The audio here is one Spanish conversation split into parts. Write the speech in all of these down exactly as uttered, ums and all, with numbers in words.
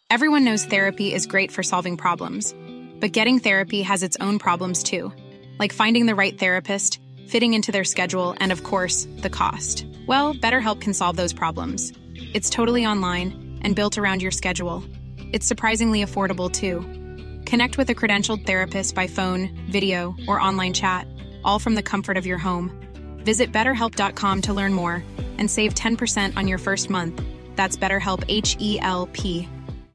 Everyone knows therapy is great for solving problems, but getting therapy has its own problems too, like finding the right therapist, fitting into their schedule, and of course, the cost. Well, BetterHelp can solve those problems. It's totally online and built around your schedule. It's surprisingly affordable too. Connect with a credentialed therapist by phone, video, or online chat, all from the comfort of your home. Visit better help dot com to learn more and save ten percent on your first month. That's BetterHelp, H E L P.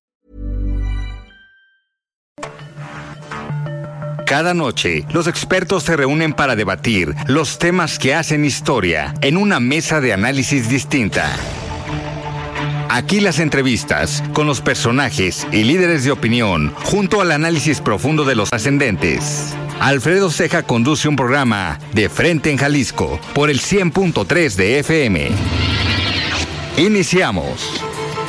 Cada noche, los expertos se reúnen para debatir los temas que hacen historia en una mesa de análisis distinta. Aquí las entrevistas con los personajes y líderes de opinión, junto al análisis profundo de los ascendentes. Alfredo Ceja conduce un programa De Frente en Jalisco por el cien punto tres de F M. Iniciamos.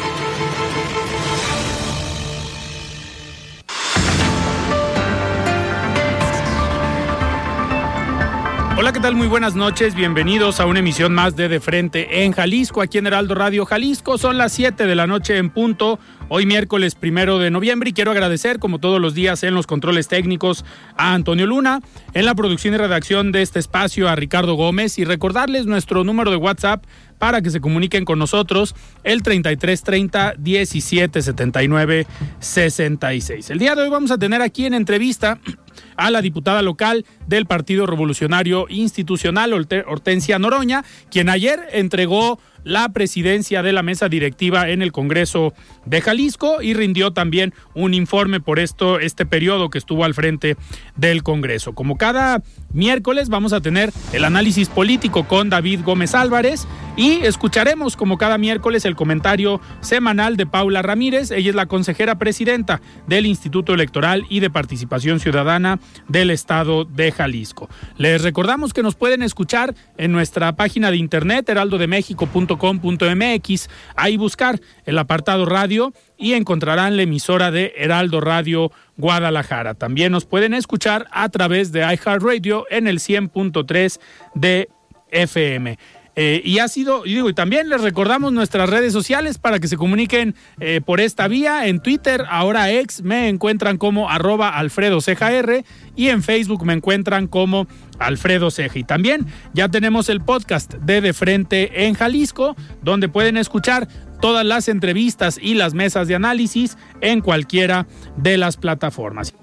Hola, ¿qué tal? Muy buenas noches, bienvenidos a una emisión más de De Frente en Jalisco, aquí en Heraldo Radio Jalisco. Son las siete de la noche en punto, hoy miércoles primero de noviembre, y quiero agradecer, como todos los días en los controles técnicos, a Antonio Luna, en la producción y redacción de este espacio a Ricardo Gómez, y recordarles nuestro número de WhatsApp para que se comuniquen con nosotros, el treinta y tres treinta diecisiete setenta y nueve sesenta y seis. El día de hoy vamos a tener aquí en entrevista a la diputada local del Partido Revolucionario Institucional, Hortensia Noroña, quien ayer entregó la presidencia de la mesa directiva en el Congreso de Jalisco y rindió también un informe por esto, este periodo que estuvo al frente del Congreso. Como cada miércoles vamos a tener el análisis político con David Gómez Álvarez y escucharemos como cada miércoles el comentario semanal de Paula Ramírez. Ella es la consejera presidenta del Instituto Electoral y de Participación Ciudadana del Estado de Jalisco. Les recordamos que nos pueden escuchar en nuestra página de internet heraldo de méxico punto com punto m x, ahí buscar el apartado radio y encontrarán la emisora de Heraldo Radio Guadalajara. También nos pueden escuchar a través de iHeartRadio en el cien punto tres de F M. Eh, y ha sido, y digo, y también les recordamos nuestras redes sociales para que se comuniquen eh, por esta vía. En Twitter, ahora ex, me encuentran como arroba Alfredo Ceja R, y en Facebook me encuentran como Alfredo Ceja. Y también ya tenemos el podcast de De Frente en Jalisco, donde pueden escuchar todas las entrevistas y las mesas de análisis en cualquiera de las plataformas.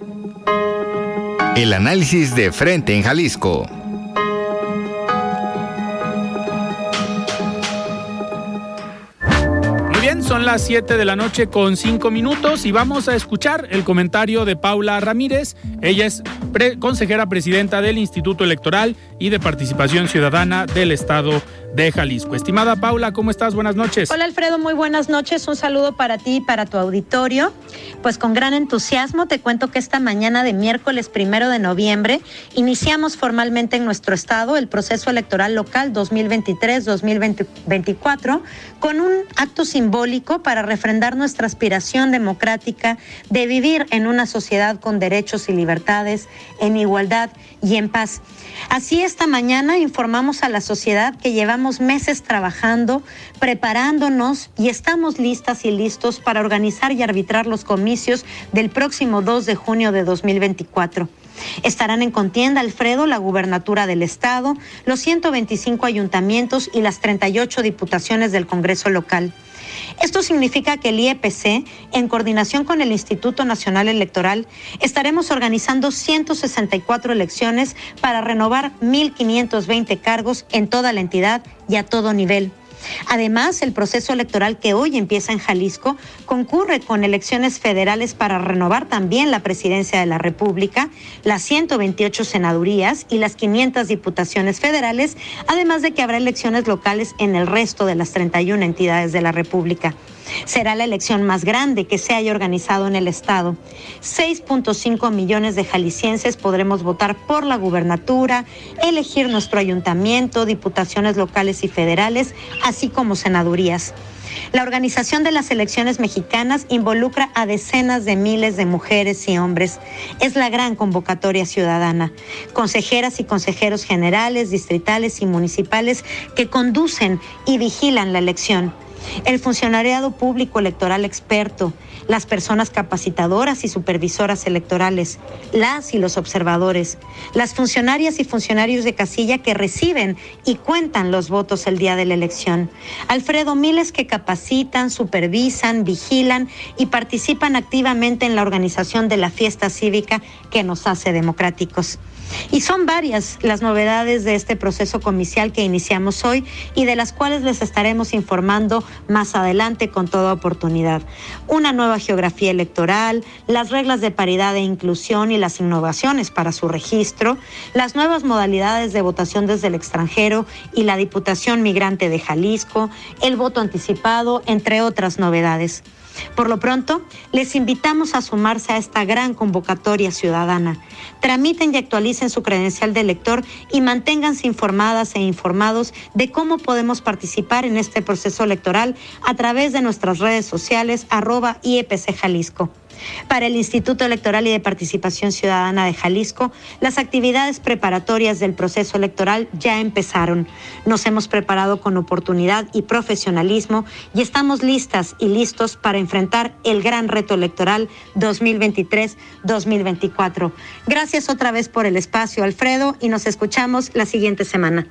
El análisis de Frente en Jalisco. Son las siete de la noche con cinco minutos y vamos a escuchar el comentario de Paula Ramírez. Ella es pre- consejera presidenta del Instituto Electoral y de Participación Ciudadana del Estado de Jalisco. Estimada Paula, ¿cómo estás? Buenas noches. Hola Alfredo, muy buenas noches. Un saludo para ti y para tu auditorio. Pues con gran entusiasmo te cuento que esta mañana de miércoles primero de noviembre iniciamos formalmente en nuestro estado el proceso electoral local dos mil veintitrés dos mil veinticuatro con un acto simbólico para refrendar nuestra aspiración democrática de vivir en una sociedad con derechos y libertades, en igualdad y en paz. Así, esta mañana informamos a la sociedad que llevamos meses trabajando, preparándonos y estamos listas y listos para organizar y arbitrar los comicios del próximo dos de junio de dos mil veinticuatro. Estarán en contienda, Alfredo, la gubernatura del estado, los ciento veinticinco ayuntamientos y las treinta y ocho diputaciones del Congreso local. Esto significa que el I E P C, en coordinación con el Instituto Nacional Electoral, estaremos organizando ciento sesenta y cuatro elecciones para renovar mil quinientos veinte cargos en toda la entidad y a todo nivel. Además, el proceso electoral que hoy empieza en Jalisco concurre con elecciones federales para renovar también la presidencia de la República, las ciento veintiocho senadurías y las quinientas diputaciones federales, además de que habrá elecciones locales en el resto de las treinta y una entidades de la República. Será la elección más grande que se haya organizado en el estado. seis punto cinco millones de jaliscienses podremos votar por la gubernatura, elegir nuestro ayuntamiento, diputaciones locales y federales, así como senadurías. La organización de las elecciones mexicanas involucra a decenas de miles de mujeres y hombres. Es la gran convocatoria ciudadana. Consejeras y consejeros generales, distritales y municipales que conducen y vigilan la elección. el funcionariado público electoral experto, las personas capacitadoras y supervisoras electorales, las y los observadores, las funcionarias y funcionarios de casilla que reciben y cuentan los votos el día de la elección. Alfredo, miles que capacitan, supervisan, vigilan y participan activamente en la organización de la fiesta cívica que nos hace democráticos. Y son varias las novedades de este proceso comicial que iniciamos hoy y de las cuales les estaremos informando más adelante con toda oportunidad. Una nueva geografía electoral, las reglas de paridad e inclusión y las innovaciones para su registro, las nuevas modalidades de votación desde el extranjero y la Diputación Migrante de Jalisco, el voto anticipado, entre otras novedades. Por lo pronto, les invitamos a sumarse a esta gran convocatoria ciudadana. Tramiten y actualicen su credencial de elector y manténganse informadas e informados de cómo podemos participar en este proceso electoral a través de nuestras redes sociales, arroba I E P C Jalisco. Para el Instituto Electoral y de Participación Ciudadana de Jalisco, las actividades preparatorias del proceso electoral ya empezaron. Nos hemos preparado con oportunidad y profesionalismo y estamos listas y listos para enfrentar el gran reto electoral dos mil veintitrés dos mil veinticuatro. Gracias otra vez por el espacio, Alfredo, y nos escuchamos la siguiente semana.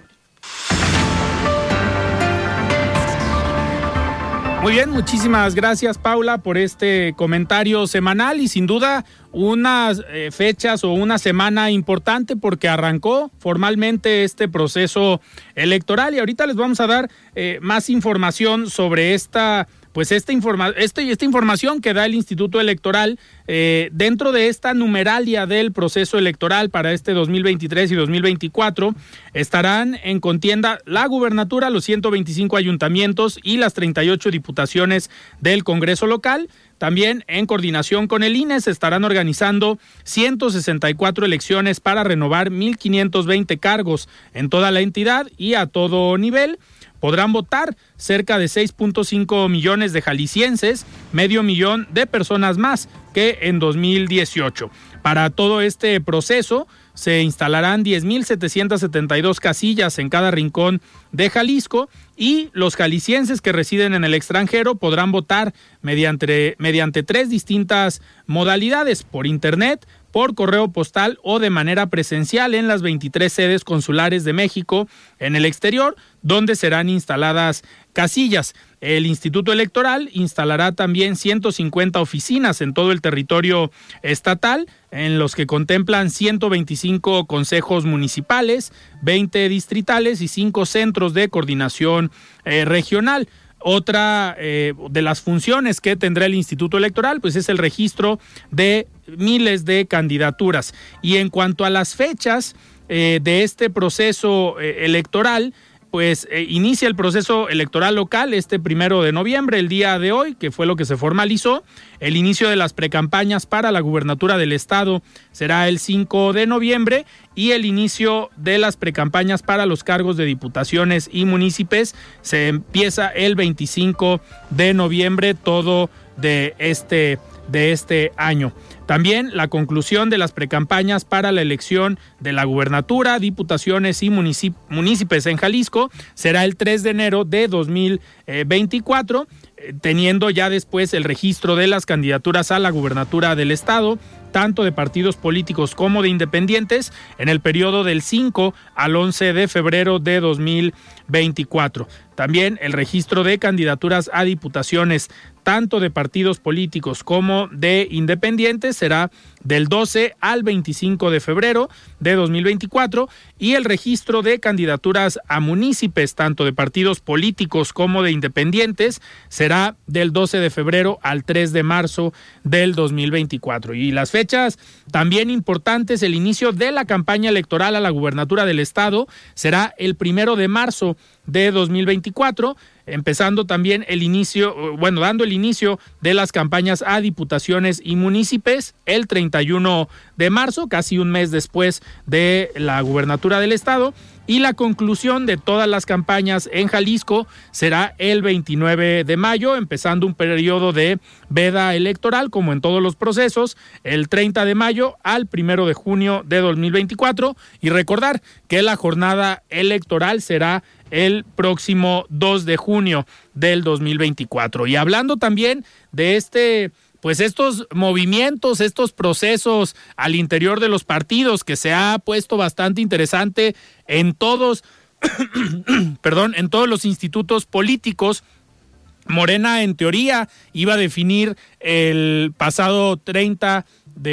Muy bien, muchísimas gracias, Paula, por este comentario semanal y sin duda unas eh, fechas o una semana importante porque arrancó formalmente este proceso electoral y ahorita les vamos a dar eh, más información sobre esta pues esta, informa- este, esta información que da el Instituto Electoral eh, dentro de esta numeralia del proceso electoral para este dos mil veintitrés y dos mil veinticuatro. Estarán en contienda la gubernatura, los ciento veinticinco ayuntamientos y las treinta y ocho diputaciones del Congreso local. También en coordinación con el I N E se estarán organizando ciento sesenta y cuatro elecciones para renovar mil quinientos veinte cargos en toda la entidad y a todo nivel. Podrán votar cerca de seis punto cinco millones de jaliscienses, medio millón de personas más que en dos mil dieciocho. Para todo este proceso se instalarán diez mil setecientos setenta y dos casillas en cada rincón de Jalisco y los jaliscienses que residen en el extranjero podrán votar mediante, mediante tres distintas modalidades: por internet, por correo postal o de manera presencial en las veintitrés sedes consulares de México en el exterior, donde serán instaladas casillas. El Instituto Electoral instalará también ciento cincuenta oficinas en todo el territorio estatal, en los que contemplan ciento veinticinco consejos municipales, veinte distritales y cinco centros de coordinación eh, regional. Otra eh, de las funciones que tendrá el Instituto Electoral pues es el registro de miles de candidaturas. Y en cuanto a las fechas eh, de este proceso eh, electoral, pues eh, inicia el proceso electoral local este primero de noviembre, el día de hoy, que fue lo que se formalizó. El inicio de las precampañas para la gubernatura del estado será el cinco de noviembre y el inicio de las precampañas para los cargos de diputaciones y municipios se empieza el veinticinco de noviembre, todo de este de este año. También la conclusión de las precampañas para la elección de la gubernatura, diputaciones y municip- municipios en Jalisco será el tres de enero de dos mil veinticuatro, eh, teniendo ya después el registro de las candidaturas a la gubernatura del estado, tanto de partidos políticos como de independientes, en el periodo del cinco al once de febrero de dos mil veinticuatro. También el registro de candidaturas a diputaciones, tanto de partidos políticos como de independientes, será del doce al veinticinco de febrero de dos mil veinticuatro, y el registro de candidaturas a municipios, tanto de partidos políticos como de independientes, será del doce de febrero al tres de marzo del dos mil veinticuatro. Y las fechas también importantes: el inicio de la campaña electoral a la gubernatura del estado será el primero de marzo de dos mil veinticuatro, empezando también el inicio, bueno, dando el inicio de las campañas a diputaciones y municipios el treinta y uno de marzo, casi un mes después de la gubernatura del estado, y la conclusión de todas las campañas en Jalisco será el veintinueve de mayo, empezando un periodo de veda electoral como en todos los procesos, el treinta de mayo al primero de junio de dos mil veinticuatro, y recordar que la jornada electoral será el próximo dos de junio del dos mil veinticuatro. Y hablando también de este, pues estos movimientos, estos procesos al interior de los partidos, que se ha puesto bastante interesante en todos, perdón, en todos los institutos políticos. Morena, en teoría, iba a definir el pasado treinta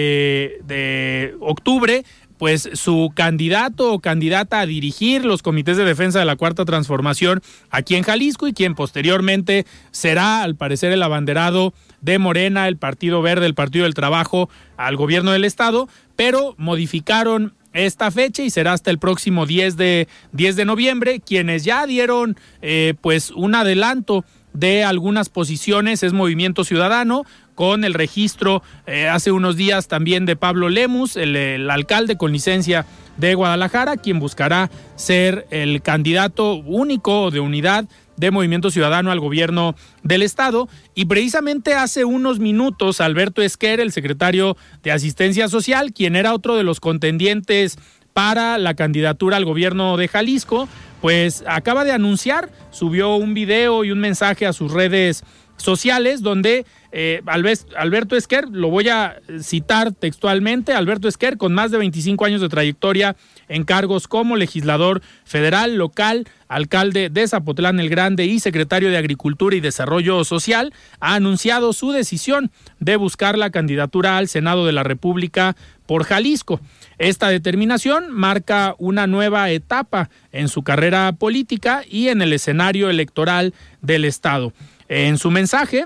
de octubre, pues su candidato o candidata a dirigir los comités de defensa de la Cuarta Transformación aquí en Jalisco, y quien posteriormente será, al parecer, el abanderado de Morena, el Partido Verde, el Partido del Trabajo, al gobierno del estado, pero modificaron esta fecha y será hasta el próximo diez de noviembre. Quienes ya dieron eh, pues un adelanto de algunas posiciones es Movimiento Ciudadano, con el registro eh, hace unos días también de Pablo Lemus, el, el alcalde con licencia de Guadalajara, quien buscará ser el candidato único de unidad de Movimiento Ciudadano al gobierno del estado. Y precisamente hace unos minutos Alberto Esquer, el secretario de Asistencia Social, quien era otro de los contendientes para la candidatura al gobierno de Jalisco, pues acaba de anunciar, subió un video y un mensaje a sus redes sociales donde eh, Alberto Esquer, lo voy a citar textualmente: Alberto Esquer, con más de veinticinco años de trayectoria en cargos como legislador federal, local, alcalde de Zapotlán el Grande y secretario de Agricultura y Desarrollo Social, ha anunciado su decisión de buscar la candidatura al Senado de la República por Jalisco. Esta determinación marca una nueva etapa en su carrera política y en el escenario electoral del estado. En su mensaje,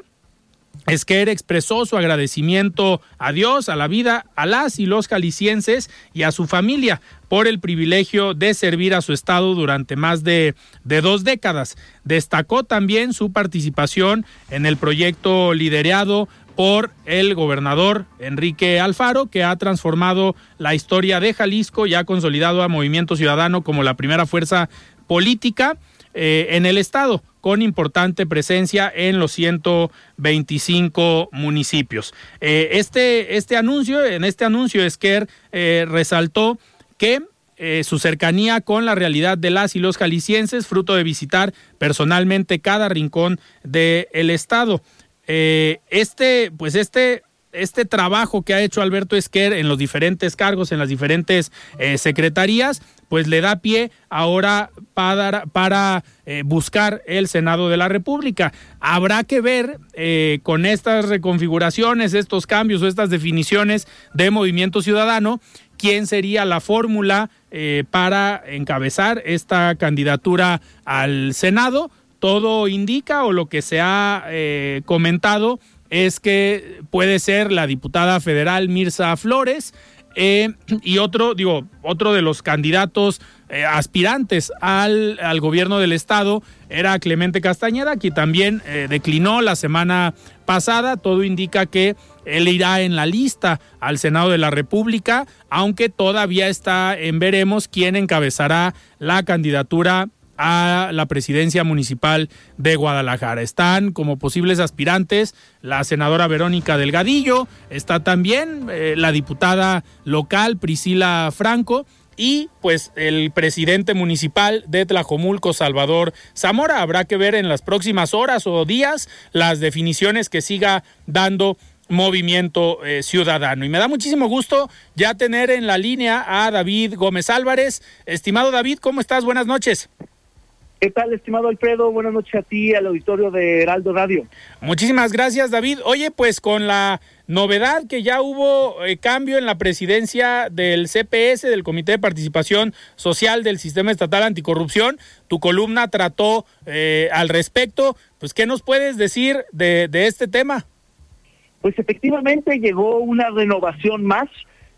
Esquer expresó su agradecimiento a Dios, a la vida, a las y los jaliscienses y a su familia por el privilegio de servir a su estado durante más de, de dos décadas. Destacó también su participación en el proyecto liderado por el gobernador Enrique Alfaro, que ha transformado la historia de Jalisco y ha consolidado a Movimiento Ciudadano como la primera fuerza política eh, en el estado, con importante presencia en los ciento veinticinco municipios. Eh, este, este anuncio, en este anuncio, Esquer eh, resaltó que eh, su cercanía con la realidad de las y los jaliscienses, fruto de visitar personalmente cada rincón del estado. Eh, este, pues este, este trabajo que ha hecho Alberto Esquer en los diferentes cargos, en las diferentes eh, secretarías, pues le da pie ahora para, para eh, buscar el Senado de la República. Habrá que ver eh, con estas reconfiguraciones, estos cambios o estas definiciones de Movimiento Ciudadano, quién sería la fórmula eh, para encabezar esta candidatura al Senado. Todo indica, o lo que se ha eh, comentado, es que puede ser la diputada federal Mirza Flores, eh, y otro, digo, otro de los candidatos eh, aspirantes al, al gobierno del estado era Clemente Castañeda, que también eh, declinó la semana pasada. Todo indica que él irá en la lista al Senado de la República, aunque todavía está en veremos quién encabezará la candidatura a la presidencia municipal de Guadalajara. Están como posibles aspirantes la senadora Verónica Delgadillo, está también eh, la diputada local Priscila Franco y pues el presidente municipal de Tlajomulco, Salvador Zamora. Habrá que ver en las próximas horas o días las definiciones que siga dando Movimiento eh, Ciudadano. Y me da muchísimo gusto ya tener en la línea a David Gómez Álvarez. Estimado David, ¿cómo estás? Buenas noches. ¿Qué tal, estimado Alfredo? Buenas noches a ti, al auditorio de Heraldo Radio. Muchísimas gracias, David. Oye, pues con la novedad que ya hubo eh, cambio en la presidencia del C P S, del Comité de Participación Social del Sistema Estatal Anticorrupción, tu columna trató eh, al respecto. Pues, ¿qué nos puedes decir de, de este tema? Pues efectivamente llegó una renovación más.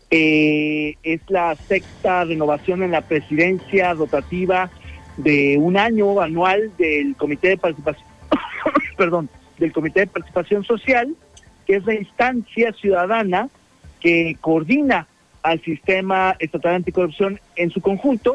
Eh, es la sexta renovación en la presidencia rotativa de un año anual del Comité de Participación, perdón, del Comité de Participación Social, que es la instancia ciudadana que coordina al Sistema Estatal Anticorrupción en su conjunto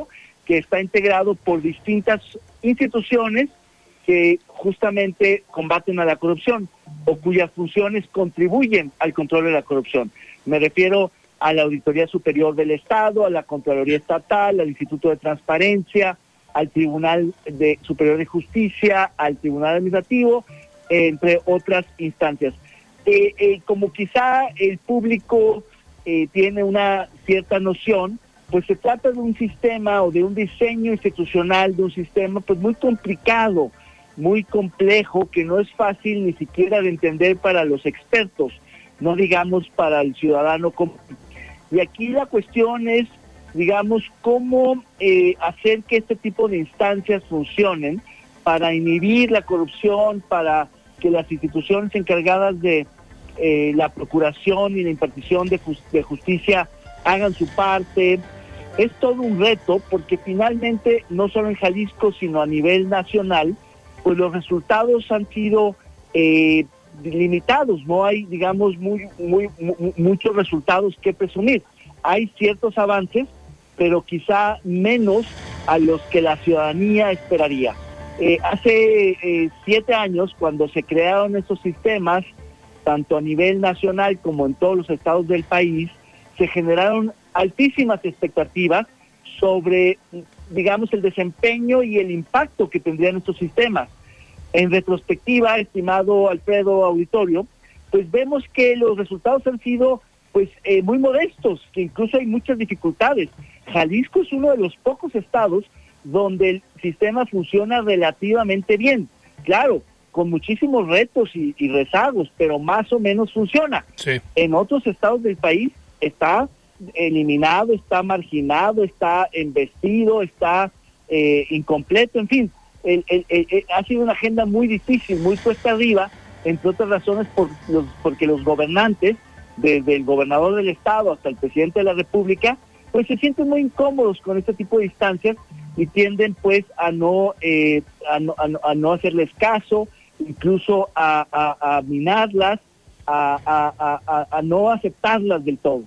que está integrado por distintas instituciones que justamente combaten a la corrupción o cuyas funciones contribuyen al control de la corrupción. Me refiero a la Auditoría Superior del Estado, a la Contraloría Estatal, al Instituto de Transparencia, al Tribunal de Superior de Justicia, al Tribunal Administrativo, entre otras instancias. Eh, eh, como quizá el público eh, tiene una cierta noción, pues se trata de un sistema o de un diseño institucional, de un sistema pues muy complicado, muy complejo, que no es fácil ni siquiera de entender para los expertos, no digamos para el ciudadano común. Y aquí la cuestión es, digamos, cómo eh, hacer que este tipo de instancias funcionen para inhibir la corrupción, para que las instituciones encargadas de eh, la procuración y la impartición de, just- de justicia hagan su parte. Es todo un reto porque finalmente, no solo en Jalisco, sino a nivel nacional, pues los resultados han sido eh, limitados, no hay, digamos, muy, muy, muy, muchos resultados que presumir. Hay ciertos avances, pero quizá menos a los que la ciudadanía esperaría. Eh, hace eh, siete años, cuando se crearon estos sistemas, tanto a nivel nacional como en todos los estados del país, se generaron altísimas expectativas sobre, digamos, el desempeño y el impacto que tendrían estos sistemas. En retrospectiva, estimado Alfredo Auditorio, pues vemos que los resultados han sido pues eh, muy modestos, que incluso hay muchas dificultades. Jalisco es uno de los pocos estados donde el sistema funciona relativamente bien. Claro, con muchísimos retos y, y rezagos, pero más o menos funciona. Sí. En otros estados del país está eliminado, está marginado, está embestido, está eh, incompleto, en fin. El, el, el, el, ha sido una agenda muy difícil, muy cuesta arriba, entre otras razones por los, porque los gobernantes, desde el gobernador del estado hasta el presidente de la República, pues se sienten muy incómodos con este tipo de instancias y tienden pues a no, eh, a no, a no, a no hacerles caso, incluso a, a, a minarlas, a, a, a, a no aceptarlas del todo.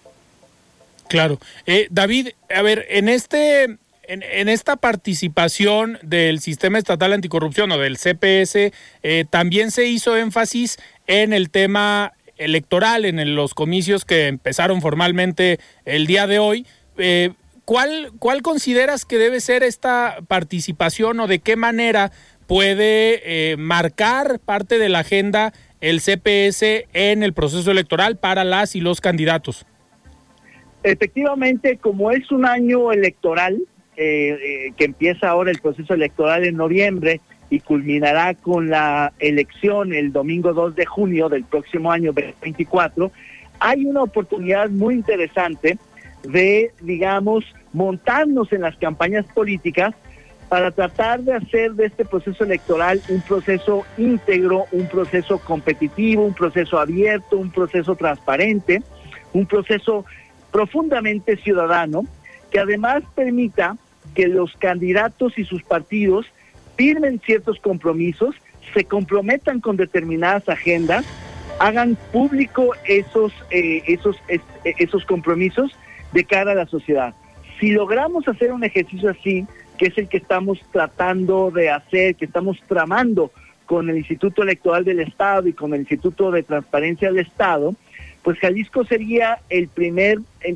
Claro. Eh, David, a ver, en este, en, en esta participación del Sistema Estatal Anticorrupción o del C P S, eh, también se hizo énfasis en el tema electoral, en el, los comicios que empezaron formalmente el día de hoy. Eh, ¿cuál, ¿Cuál consideras que debe ser esta participación o de qué manera puede eh, marcar parte de la agenda el C P S en el proceso electoral para las y los candidatos? Efectivamente, como es un año electoral, eh, eh, que empieza ahora el proceso electoral en noviembre y culminará con la elección el domingo dos de junio del próximo año veinticuatro, hay una oportunidad muy interesante de, digamos, montarnos en las campañas políticas para tratar de hacer de este proceso electoral un proceso íntegro, un proceso competitivo, un proceso abierto, un proceso transparente, un proceso profundamente ciudadano, que además permita que los candidatos y sus partidos firmen ciertos compromisos, se comprometan con determinadas agendas, hagan público esos, eh, esos, es, esos compromisos de cara a la sociedad. Si logramos hacer un ejercicio así, que es el que estamos tratando de hacer, que estamos tramando con el Instituto Electoral del Estado y con el Instituto de Transparencia del Estado, pues Jalisco sería el primer,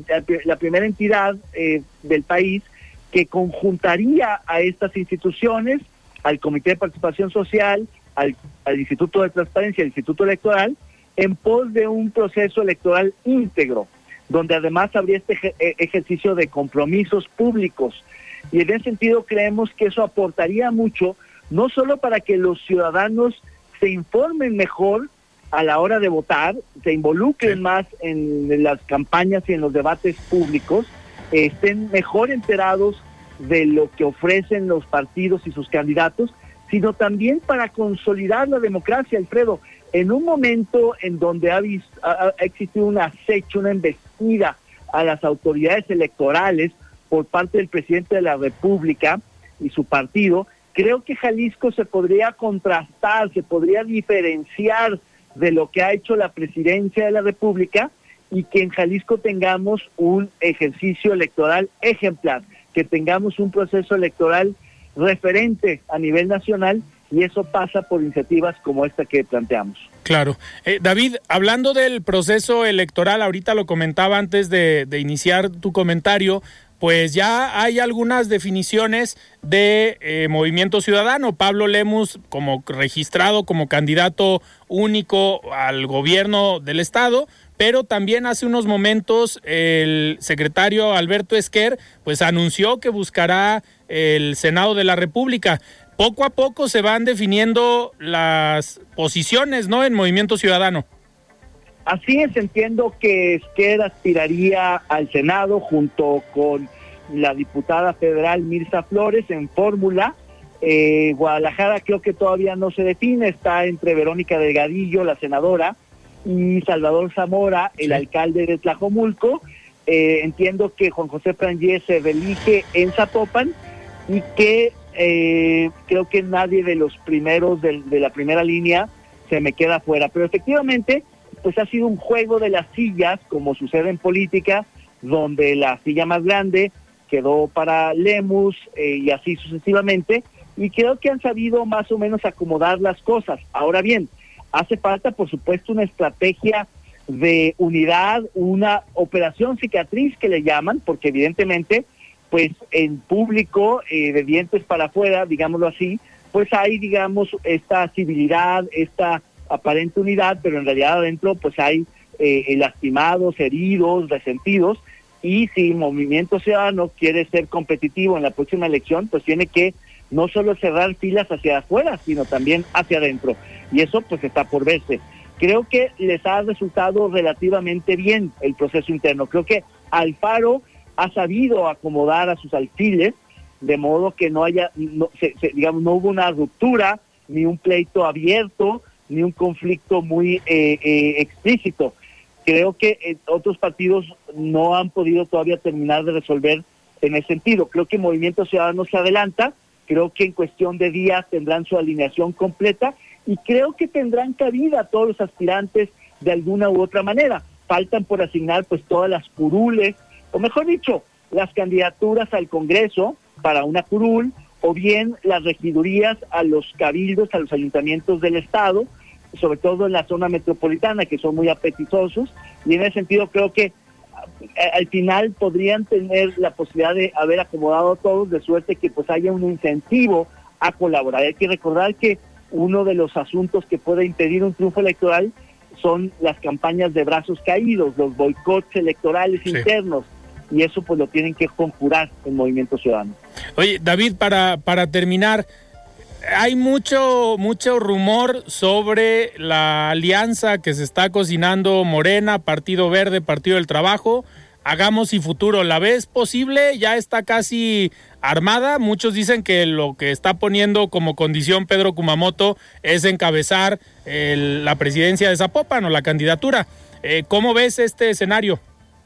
la primera entidad eh, del país que conjuntaría a estas instituciones, al Comité de Participación Social, al, al Instituto de Transparencia, al Instituto Electoral, en pos de un proceso electoral íntegro, donde además habría este ej- ejercicio de compromisos públicos. Y en ese sentido creemos que eso aportaría mucho, no solo para que los ciudadanos se informen mejor a la hora de votar, se involucren más en las campañas y en los debates públicos, eh, estén mejor enterados de lo que ofrecen los partidos y sus candidatos, sino también para consolidar la democracia, Alfredo. En un momento en donde ha, visto, ha, ha existido un acecho, una embestida a las autoridades electorales por parte del presidente de la República y su partido, creo que Jalisco se podría contrastar, se podría diferenciar de lo que ha hecho la presidencia de la República y que en Jalisco tengamos un ejercicio electoral ejemplar. que tengamos un proceso electoral referente a nivel nacional, y eso pasa por iniciativas como esta que planteamos. Claro. Eh, David, hablando del proceso electoral, ahorita lo comentaba antes de, de iniciar tu comentario, pues ya hay algunas definiciones de eh, Movimiento Ciudadano. Pablo Lemus como registrado como candidato único al gobierno del estado, pero también hace unos momentos el secretario Alberto Esquer pues anunció que buscará el Senado de la República. Poco a poco se van definiendo las posiciones, ¿no?, en Movimiento Ciudadano. Así es, entiendo que Esquer aspiraría al Senado junto con la diputada federal Mirza Flores en fórmula. Eh, Guadalajara creo que todavía no se define, está entre Verónica Delgadillo, la senadora, y Salvador Zamora, el sí. alcalde de Tlajomulco. Eh, entiendo que Juan José Frangé se reelige en Zapopan y que eh, creo que nadie de los primeros de, de la primera línea se me queda fuera. Pero efectivamente, pues ha sido un juego de las sillas, como sucede en política, donde la silla más grande quedó para Lemus eh, y así sucesivamente, y creo que han sabido más o menos acomodar las cosas. Ahora bien, hace falta, por supuesto, una estrategia de unidad, una operación cicatriz que le llaman, porque evidentemente, pues en público, eh, de dientes para afuera, digámoslo así, pues hay, digamos, esta civilidad, esta aparente unidad, pero en realidad adentro pues hay eh, lastimados, heridos, resentidos, y si Movimiento Ciudadano quiere ser competitivo en la próxima elección, pues tiene que no solo cerrar filas hacia afuera, sino también hacia adentro, y eso pues está por verse. Creo que les ha resultado relativamente bien el proceso interno. Creo que Alfaro ha sabido acomodar a sus alfiles de modo que no haya, no, se, se, digamos, no hubo una ruptura, ni un pleito abierto, ni un conflicto muy eh, eh, explícito. Creo que eh, otros partidos no han podido todavía terminar de resolver en ese sentido. Creo que Movimiento Ciudadano se adelanta, creo que en cuestión de días tendrán su alineación completa, y creo que tendrán cabida todos los aspirantes de alguna u otra manera. Faltan por asignar pues todas las curules, o mejor dicho, las candidaturas al Congreso para una curul, o bien las regidurías a los cabildos, a los ayuntamientos del estado, sobre todo en la zona metropolitana, que son muy apetitosos, y en ese sentido creo que al final podrían tener la posibilidad de haber acomodado a todos, de suerte que pues haya un incentivo a colaborar. Hay que recordar que uno de los asuntos que puede impedir un triunfo electoral son las campañas de brazos caídos, los boicots electorales sí. internos, y eso pues lo tienen que conjurar el Movimiento Ciudadano. Oye, David, para, para terminar, hay mucho, mucho rumor sobre la alianza que se está cocinando Morena, Partido Verde, Partido del Trabajo, Hagamos y Futuro. ¿La ves posible? ¿Ya está casi armada? Muchos dicen que lo que está poniendo como condición Pedro Kumamoto es encabezar el, la presidencia de Zapopan o la candidatura. Eh, ¿Cómo ves este escenario?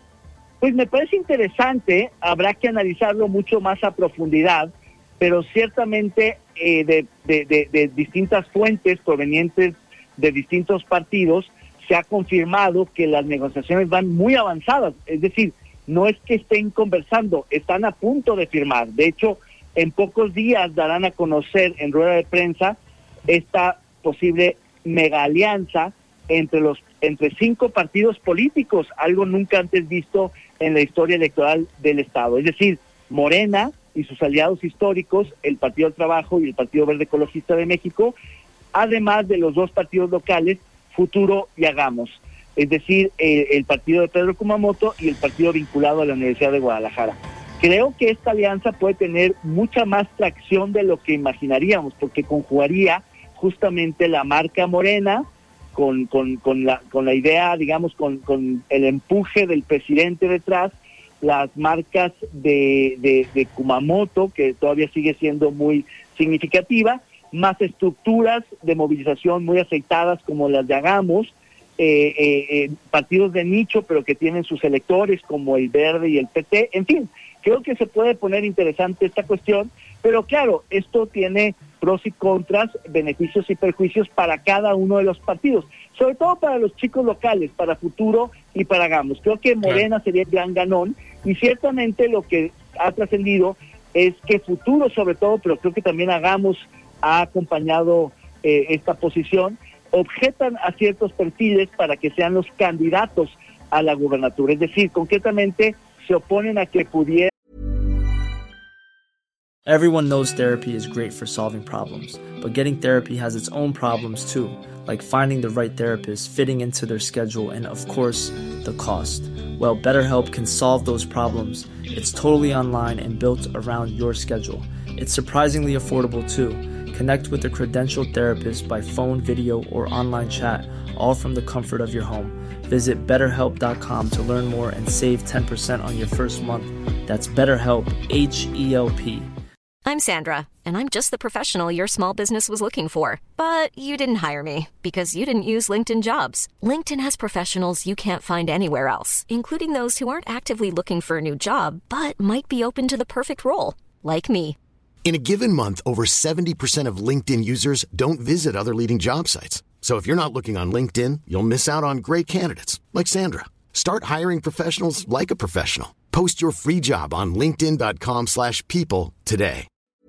Pues me parece interesante, habrá que analizarlo mucho más a profundidad, pero ciertamente eh, de, de, de, de distintas fuentes provenientes de distintos partidos se ha confirmado que las negociaciones van muy avanzadas, es decir, no es que estén conversando, están a punto de firmar. De hecho, en pocos días darán a conocer en rueda de prensa esta posible mega alianza entre los entre cinco partidos políticos, algo nunca antes visto en la historia electoral del Estado. Es decir, Morena y sus aliados históricos, el Partido del Trabajo y el Partido Verde Ecologista de México, además de los dos partidos locales, Futuro y Hagamos, es decir, el, el partido de Pedro Kumamoto y el partido vinculado a la Universidad de Guadalajara. Creo que esta alianza puede tener mucha más tracción de lo que imaginaríamos, porque conjugaría justamente la marca Morena con, con, con, la, con la idea, digamos, con, con el empuje del presidente detrás, las marcas de, de, de Kumamoto, que todavía sigue siendo muy significativa, más estructuras de movilización muy aceitadas como las de Hagamos, eh, eh, eh, partidos de nicho pero que tienen sus electores como el Verde y el P T, en fin, creo que se puede poner interesante esta cuestión, pero claro, esto tiene pros y contras, beneficios y perjuicios para cada uno de los partidos, sobre todo para los chicos locales, para Futuro y para Hagamos. Creo que Morena claro. sería el gran ganón, y ciertamente lo que ha trascendido es que Futuro, sobre todo, pero creo que también Hagamos ha acompañado eh, esta posición, objetan a ciertos perfiles para que sean los candidatos a la gubernatura. Es decir, concretamente se oponen a que pudiera. Everyone knows therapy is great for solving problems, but getting therapy has its own problems too, like finding the right therapist, fitting into their schedule, and of course, the cost. Well, BetterHelp can solve those problems. It's totally online and built around your schedule. It's surprisingly affordable too. Connect with a credentialed therapist by phone, video, or online chat, all from the comfort of your home. Visit better help dot com to learn more and save ten percent on your first month. That's BetterHelp, H E L P. I'm Sandra, and I'm just the professional your small business was looking for. But you didn't hire me because you didn't use LinkedIn Jobs. LinkedIn has professionals you can't find anywhere else, including those who aren't actively looking for a new job, but might be open to the perfect role, like me. In a given month, over seventy percent of LinkedIn users don't visit other leading job sites. So if you're not looking on LinkedIn, you'll miss out on great candidates like Sandra. Start hiring professionals like a professional. Post your free job on linkedin dot com slash people today.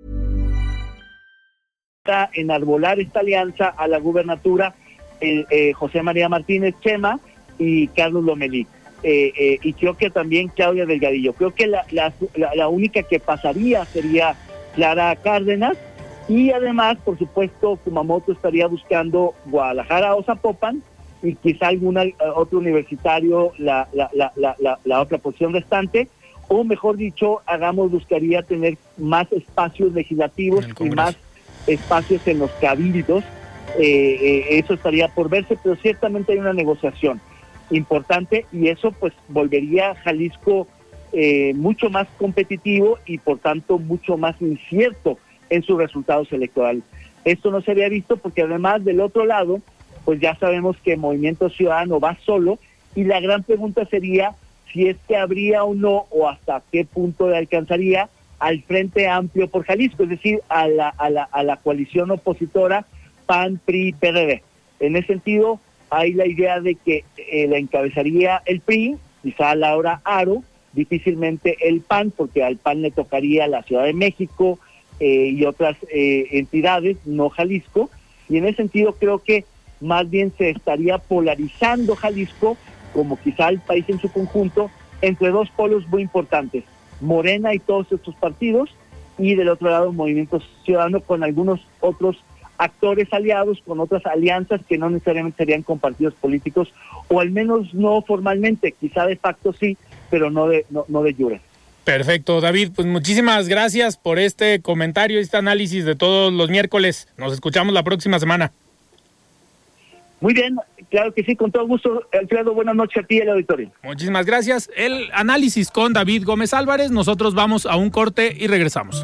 Enarbolar esta alianza a la gubernatura eh, eh, José María Martínez Chema y Carlos Lomelí. Eh, eh, y creo que también Claudia Delgadillo. Creo que la, la, la única que pasaría sería Clara Cárdenas, y además, por supuesto, Kumamoto estaría buscando Guadalajara o Zapopan, y quizá algún uh, otro universitario la, la, la, la, la, la otra posición restante, o mejor dicho, Hagamos buscaría tener más espacios legislativos y más espacios en los cabildos. Eh, eh, eso estaría por verse, pero ciertamente hay una negociación importante, y eso pues volvería a Jalisco eh, mucho más competitivo y por tanto mucho más incierto en sus resultados electorales. Esto no se había visto porque además del otro lado, pues ya sabemos que Movimiento Ciudadano va solo, y la gran pregunta sería si es que habría o no, o hasta qué punto le alcanzaría al Frente Amplio por Jalisco, es decir, a la, a la, a la coalición opositora P A N, P R I, P R D. En ese sentido, hay la idea de que eh, la encabezaría el P R I, quizá Laura Haro, difícilmente el P A N, porque al P A N le tocaría la Ciudad de México eh, y otras eh, entidades, no Jalisco, y en ese sentido creo que más bien se estaría polarizando Jalisco, como quizá el país en su conjunto, entre dos polos muy importantes, Morena y todos estos partidos, y del otro lado Movimiento Ciudadano con algunos otros actores aliados, con otras alianzas que no necesariamente serían con partidos políticos, o al menos no formalmente, quizá de facto sí, pero no de, no, no de jure. Perfecto, David, pues muchísimas gracias por este comentario, este análisis de todos los miércoles. Nos escuchamos la próxima semana. Muy bien, claro que sí, con todo gusto, Alfredo, buenas noches a ti y al auditorio. Muchísimas gracias. El análisis con David Gómez Álvarez. Nosotros vamos a un corte y regresamos.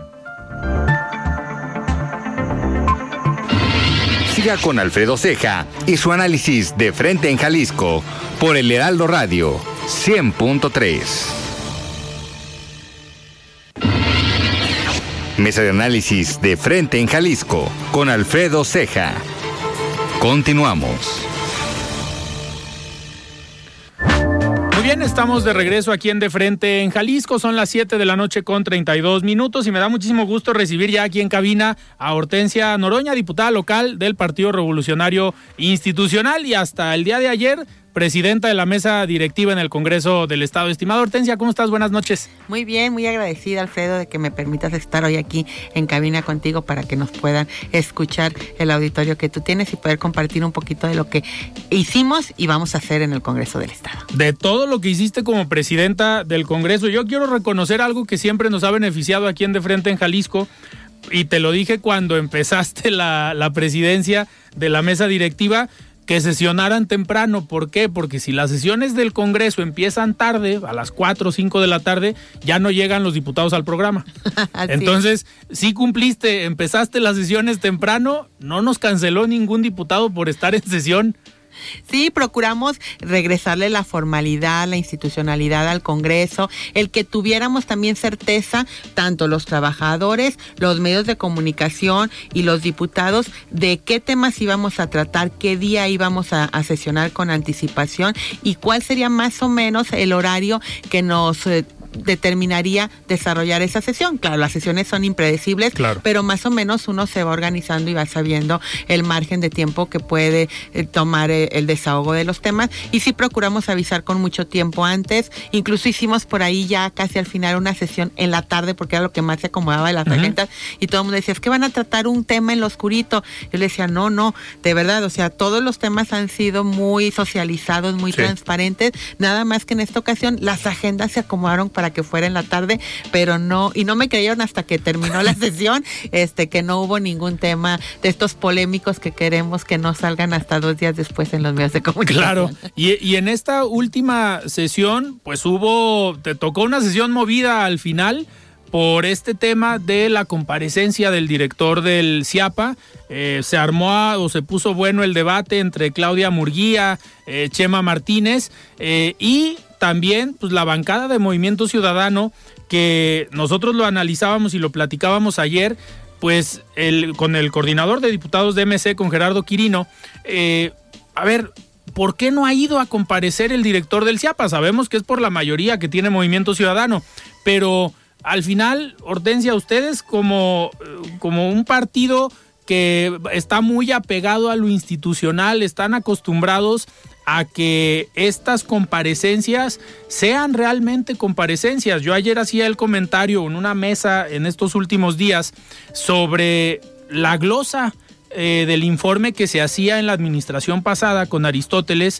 Siga con Alfredo Ceja y su análisis de Frente en Jalisco por el Heraldo Radio cien punto tres. Mesa de análisis de Frente en Jalisco con Alfredo Ceja. Continuamos. Muy bien, estamos de regreso aquí en De Frente en Jalisco. Son las siete de la noche con treinta y dos minutos y me da muchísimo gusto recibir ya aquí en cabina a Hortensia Noroña, diputada local del Partido Revolucionario Institucional y hasta el día de ayer presidenta de la mesa directiva en el Congreso del Estado. Estimada Hortensia, ¿cómo estás? Buenas noches. Muy bien, muy agradecida, Alfredo, de que me permitas estar hoy aquí en cabina contigo para que nos puedan escuchar el auditorio que tú tienes y poder compartir un poquito de lo que hicimos y vamos a hacer en el Congreso del Estado. De todo lo que hiciste como presidenta del Congreso, yo quiero reconocer algo que siempre nos ha beneficiado aquí en De Frente en Jalisco, y te lo dije cuando empezaste la, la presidencia de la mesa directiva, que sesionaran temprano. ¿Por qué? Porque si las sesiones del Congreso empiezan tarde, a las cuatro o cinco de la tarde, ya no llegan los diputados al programa. Entonces, sí cumpliste, empezaste las sesiones temprano, no nos canceló ningún diputado por estar en sesión. Sí, procuramos regresarle la formalidad, la institucionalidad al Congreso, el que tuviéramos también certeza, tanto los trabajadores, los medios de comunicación y los diputados, de qué temas íbamos a tratar, qué día íbamos a, a sesionar con anticipación y cuál sería más o menos el horario que nos... Eh, determinaría desarrollar esa sesión. Claro, las sesiones son impredecibles, claro, pero más o menos uno se va organizando y va sabiendo el margen de tiempo que puede eh, tomar eh, el desahogo de los temas, y sí procuramos avisar con mucho tiempo antes. Incluso hicimos por ahí ya casi al final una sesión en la tarde, porque era lo que más se acomodaba de las uh-huh. agendas, y todo el mundo decía, es que van a tratar un tema en lo oscurito. Yo le decía, no, no, de verdad, o sea, todos los temas han sido muy socializados, muy sí. transparentes, nada más que en esta ocasión las agendas se acomodaron para que fuera en la tarde, pero no, y no me creyeron hasta que terminó la sesión, este, que no hubo ningún tema de estos polémicos que queremos que no salgan hasta dos días después en los medios de comunicación. Claro, y, y en esta última sesión, pues hubo, te tocó una sesión movida al final por este tema de la comparecencia del director del CIAPA. Eh, se armó a, o se puso bueno el debate entre Claudia Murguía, eh, Chema Martínez eh, y también pues la bancada de Movimiento Ciudadano, que nosotros lo analizábamos y lo platicábamos ayer, pues el, con el coordinador de diputados de M C, con Gerardo Quirino. Eh, a ver, ¿por qué no ha ido a comparecer el director del CIAPA? Sabemos que es por la mayoría que tiene Movimiento Ciudadano, pero al final, Hortensia, ustedes como, como un partido que está muy apegado a lo institucional, están acostumbrados a que estas comparecencias sean realmente comparecencias. Yo ayer hacía el comentario en una mesa en estos últimos días sobre la glosa eh, del informe que se hacía en la administración pasada con Aristóteles,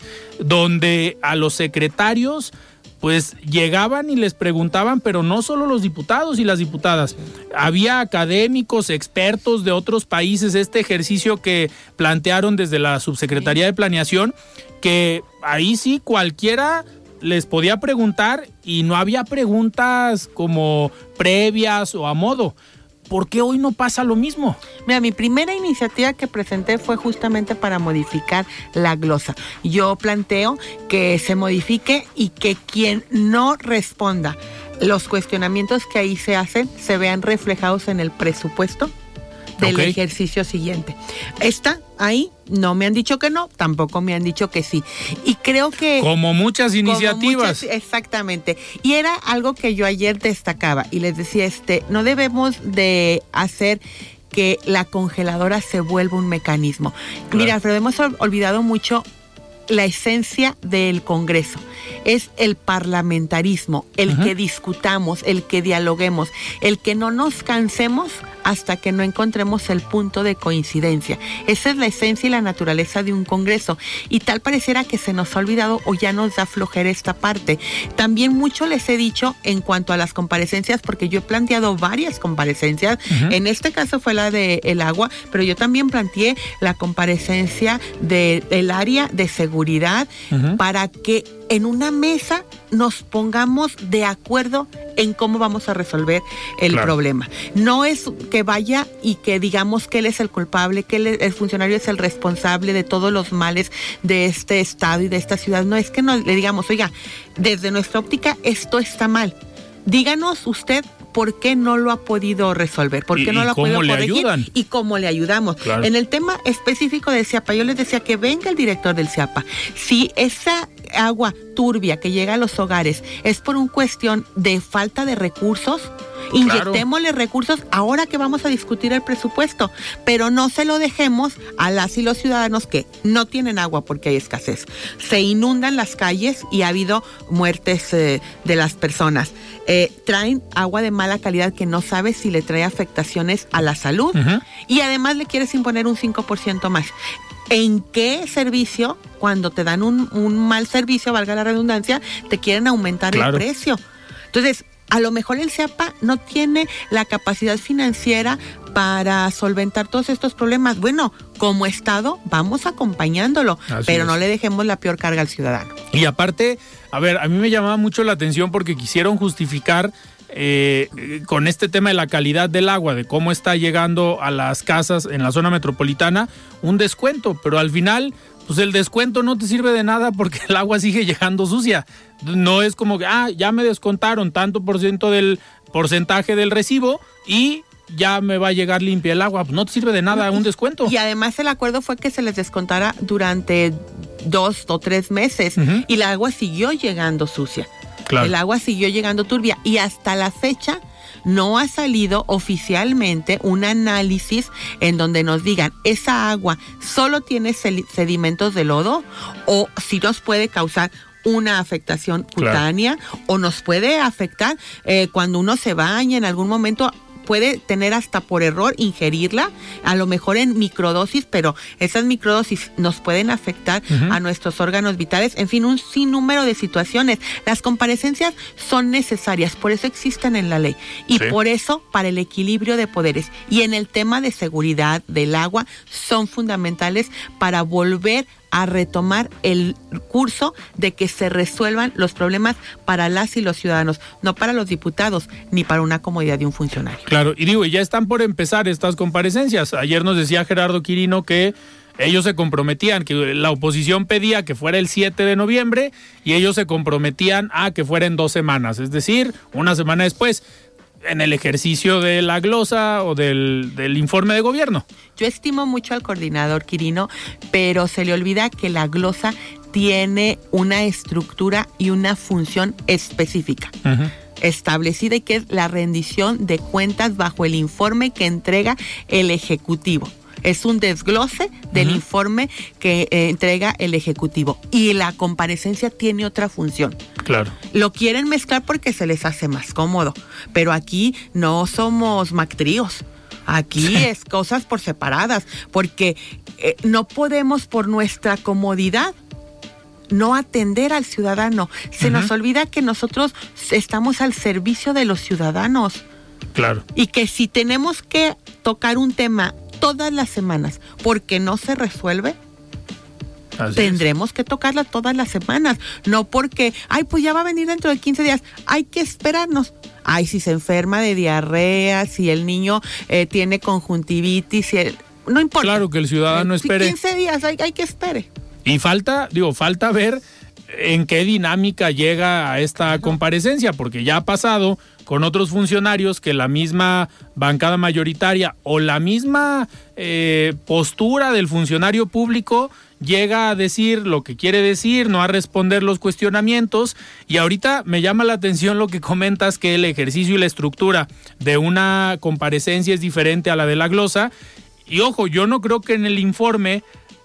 donde a los secretarios pues llegaban y les preguntaban, pero no solo los diputados y las diputadas, había académicos, expertos de otros países, este ejercicio que plantearon desde la Subsecretaría de Planeación, que ahí sí cualquiera les podía preguntar y no había preguntas como previas o a modo. ¿Por qué hoy no pasa lo mismo? Mira, mi primera iniciativa que presenté fue justamente para modificar la glosa. Yo planteo que se modifique y que quien no responda los cuestionamientos que ahí se hacen se vean reflejados en el presupuesto del okay. ejercicio siguiente. Está ahí, no me han dicho que no, tampoco me han dicho que sí. Y creo que... Como muchas iniciativas. Como muchas, exactamente. Y era algo que yo ayer destacaba y les decía, este, no debemos de hacer que la congeladora se vuelva un mecanismo. Claro. Mira, Alfredo, hemos olvidado mucho la esencia del Congreso. Es el parlamentarismo, el uh-huh. que discutamos, el que dialoguemos, el que no nos cansemos hasta que no encontremos el punto de coincidencia. Esa es la esencia y la naturaleza de un Congreso. Y tal pareciera que se nos ha olvidado o ya nos da flojera esta parte. También mucho les he dicho en cuanto a las comparecencias, porque yo he planteado varias comparecencias. Uh-huh. En este caso fue la de el agua, pero yo también planteé la comparecencia de, del área de seguridad uh-huh. para que en una mesa nos pongamos de acuerdo en cómo vamos a resolver el claro. problema. No es que vaya y que digamos que él es el culpable, que él, el funcionario es el responsable de todos los males de este estado y de esta ciudad. No es que no le digamos, oiga, desde nuestra óptica esto está mal. Díganos usted por qué no lo ha podido resolver, por qué no lo ha podido corregir y cómo le ayudamos. Claro. En el tema específico del CIAPA, yo les decía que venga el director del CIAPA. Si esa agua turbia que llega a los hogares es por una cuestión de falta de recursos, inyectémosle claro. recursos ahora que vamos a discutir el presupuesto, pero no se lo dejemos a las y los ciudadanos que no tienen agua porque hay escasez. Se inundan las calles y ha habido muertes eh, de las personas. Eh, traen agua de mala calidad que no sabes si le trae afectaciones a la salud uh-huh. y además le quieres imponer un cinco por ciento más. ¿En qué servicio, cuando te dan un, un mal servicio, valga la redundancia, te quieren aumentar claro. el precio? Entonces, a lo mejor el CIAPA no tiene la capacidad financiera para solventar todos estos problemas. Bueno, como Estado vamos acompañándolo, Así pero es. no le dejemos la peor carga al ciudadano. Y aparte, a ver, a mí me llamaba mucho la atención porque quisieron justificar eh, con este tema de la calidad del agua, de cómo está llegando a las casas en la zona metropolitana, un descuento, pero al final pues el descuento no te sirve de nada porque el agua sigue llegando sucia. No es como que, ah, ya me descontaron tanto por ciento del porcentaje del recibo y ya me va a llegar limpia el agua. Pues no te sirve de nada un descuento. Y además el acuerdo fue que se les descontara durante dos o tres meses uh-huh. y el agua siguió llegando sucia. Claro. El agua siguió llegando turbia y hasta la fecha no ha salido oficialmente un análisis en donde nos digan esa agua solo tiene sedimentos de lodo o si nos puede causar una afectación cutánea, claro, o nos puede afectar eh, cuando uno se baña en algún momento. Puede tener hasta por error ingerirla, a lo mejor en microdosis, pero esas microdosis nos pueden afectar uh-huh. a nuestros órganos vitales. En fin, un sinnúmero de situaciones. Las comparecencias son necesarias, por eso existen en la ley. Y sí. por eso, para el equilibrio de poderes y en el tema de seguridad del agua, son fundamentales para volver a retomar el curso de que se resuelvan los problemas para las y los ciudadanos, no para los diputados, ni para una comodidad de un funcionario. Claro, y digo, ya están por empezar estas comparecencias. Ayer nos decía Gerardo Quirino que ellos se comprometían, que la oposición pedía que fuera el siete de noviembre y ellos se comprometían a que fuera en dos semanas, es decir, una semana después, en el ejercicio de la glosa o del, del informe de gobierno. Yo estimo mucho al coordinador Quirino, pero se le olvida que la glosa tiene una estructura y una función específica. Uh-huh. Establecida, y que es la rendición de cuentas bajo el informe que entrega el Ejecutivo. Es un desglose del uh-huh. informe que eh, entrega el Ejecutivo. Y la comparecencia tiene otra función. Claro. Lo quieren mezclar porque se les hace más cómodo. Pero aquí no somos mactríos. Aquí sí. es cosas por separadas. Porque eh, no podemos, por nuestra comodidad, no atender al ciudadano. Se uh-huh. nos olvida que nosotros estamos al servicio de los ciudadanos. Claro. Y que si tenemos que tocar un tema todas las semanas porque no se resuelve, así tendremos es. que tocarla todas las semanas, no porque, ay, pues ya va a venir dentro de quince días, hay que esperarnos. Ay, si se enferma de diarrea, si el niño eh, tiene conjuntivitis, si el, no importa. Claro, que el ciudadano eh, espere. quince días, hay, hay que espere. Y falta, digo, falta ver en qué dinámica llega a esta no. comparecencia, porque ya ha pasado con otros funcionarios que la misma bancada mayoritaria o la misma eh, postura del funcionario público llega a decir lo que quiere decir, no a responder los cuestionamientos. Y ahorita me llama la atención lo que comentas, que el ejercicio y la estructura de una comparecencia es diferente a la de la glosa. Y ojo, yo no creo que en el informe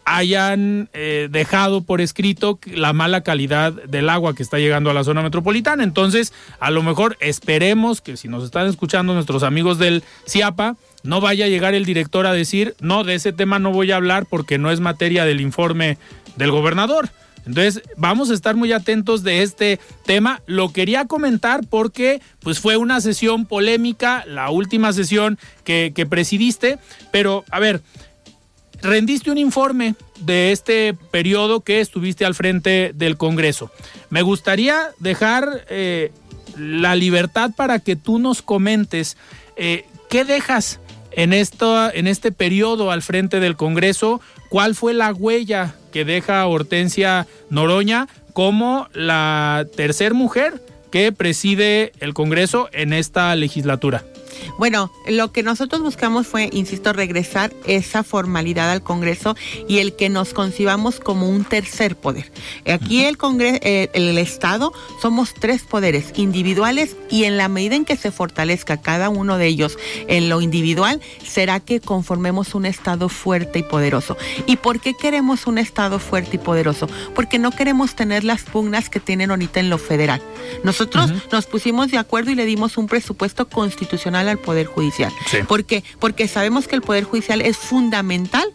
hayan eh, dejado por escrito la mala calidad del agua que está llegando a la zona metropolitana. Entonces, a lo mejor esperemos que si nos están escuchando nuestros amigos del CIAPA, no vaya a llegar el director a decir, no, de ese tema no voy a hablar porque no es materia del informe del gobernador. Entonces, vamos a estar muy atentos de este tema. Lo quería comentar porque pues fue una sesión polémica, la última sesión que, que presidiste, pero a ver, rendiste un informe de este periodo que estuviste al frente del Congreso. Me gustaría dejar eh, la libertad para que tú nos comentes eh, qué dejas en, esto, en este periodo al frente del Congreso, cuál fue la huella que deja Hortensia Noroña como la tercer mujer que preside el Congreso en esta legislatura. Bueno, lo que nosotros buscamos fue, insisto, regresar esa formalidad al Congreso y el que nos concibamos como un tercer poder. Aquí el Congreso, eh, el Estado, somos tres poderes individuales, y en la medida en que se fortalezca cada uno de ellos en lo individual, será que conformemos un Estado fuerte y poderoso. ¿Y por qué queremos un Estado fuerte y poderoso? Porque no queremos tener las pugnas que tienen ahorita en lo federal. Nosotros uh-huh. nos pusimos de acuerdo y le dimos un presupuesto constitucional al Poder Judicial. Sí. ¿Por qué? Porque sabemos que el Poder Judicial es fundamental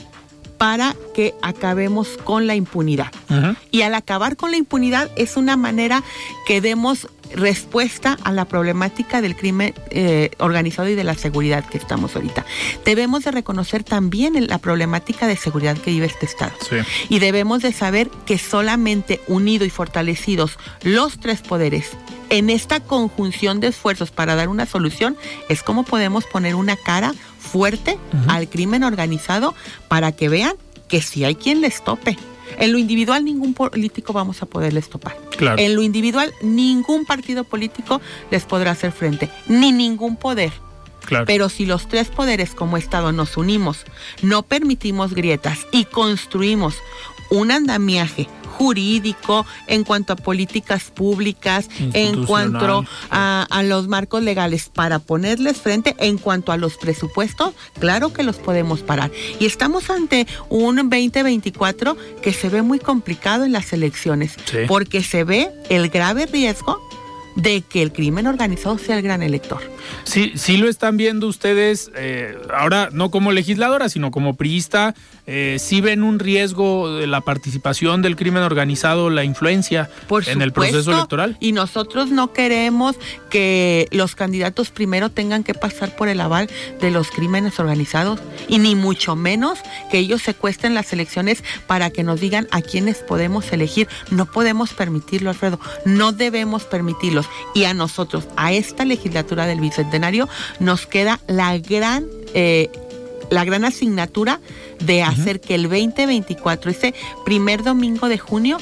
para que acabemos con la impunidad. Uh-huh. Y al acabar con la impunidad es una manera que demos respuesta a la problemática del crimen eh, organizado y de la seguridad que estamos ahorita. Debemos de reconocer también la problemática de seguridad que vive este Estado. Sí. Y debemos de saber que solamente unidos y fortalecidos los tres poderes en esta conjunción de esfuerzos para dar una solución es como podemos poner una cara fuerte uh-huh. al crimen organizado, para que vean que si hay quien les tope. En lo individual ningún político vamos a poderles topar. Claro. En lo individual ningún partido político les podrá hacer frente, ni ningún poder. Claro. Pero si los tres poderes como Estado nos unimos, no permitimos grietas y construimos un andamiaje jurídico, en cuanto a políticas públicas, en cuanto a, a los marcos legales para ponerles frente, en cuanto a los presupuestos, claro que los podemos parar. Y estamos ante un veinte veinticuatro que se ve muy complicado en las elecciones, sí, porque se ve el grave riesgo de que el crimen organizado sea el gran elector. Sí, sí lo están viendo ustedes, eh, ahora no como legisladora, sino como priista, eh, sí ven un riesgo de la participación del crimen organizado, la influencia Por en supuesto, el proceso electoral. Y nosotros no queremos que los candidatos primero tengan que pasar por el aval de los crímenes organizados, y ni mucho menos que ellos secuestren las elecciones para que nos digan a quiénes podemos elegir. No podemos permitirlo, Alfredo, no debemos permitirlo. Y a nosotros, a esta legislatura del Bicentenario, nos queda la gran eh, la gran asignatura de hacer uh-huh. que el veinte veinticuatro, ese primer domingo de junio,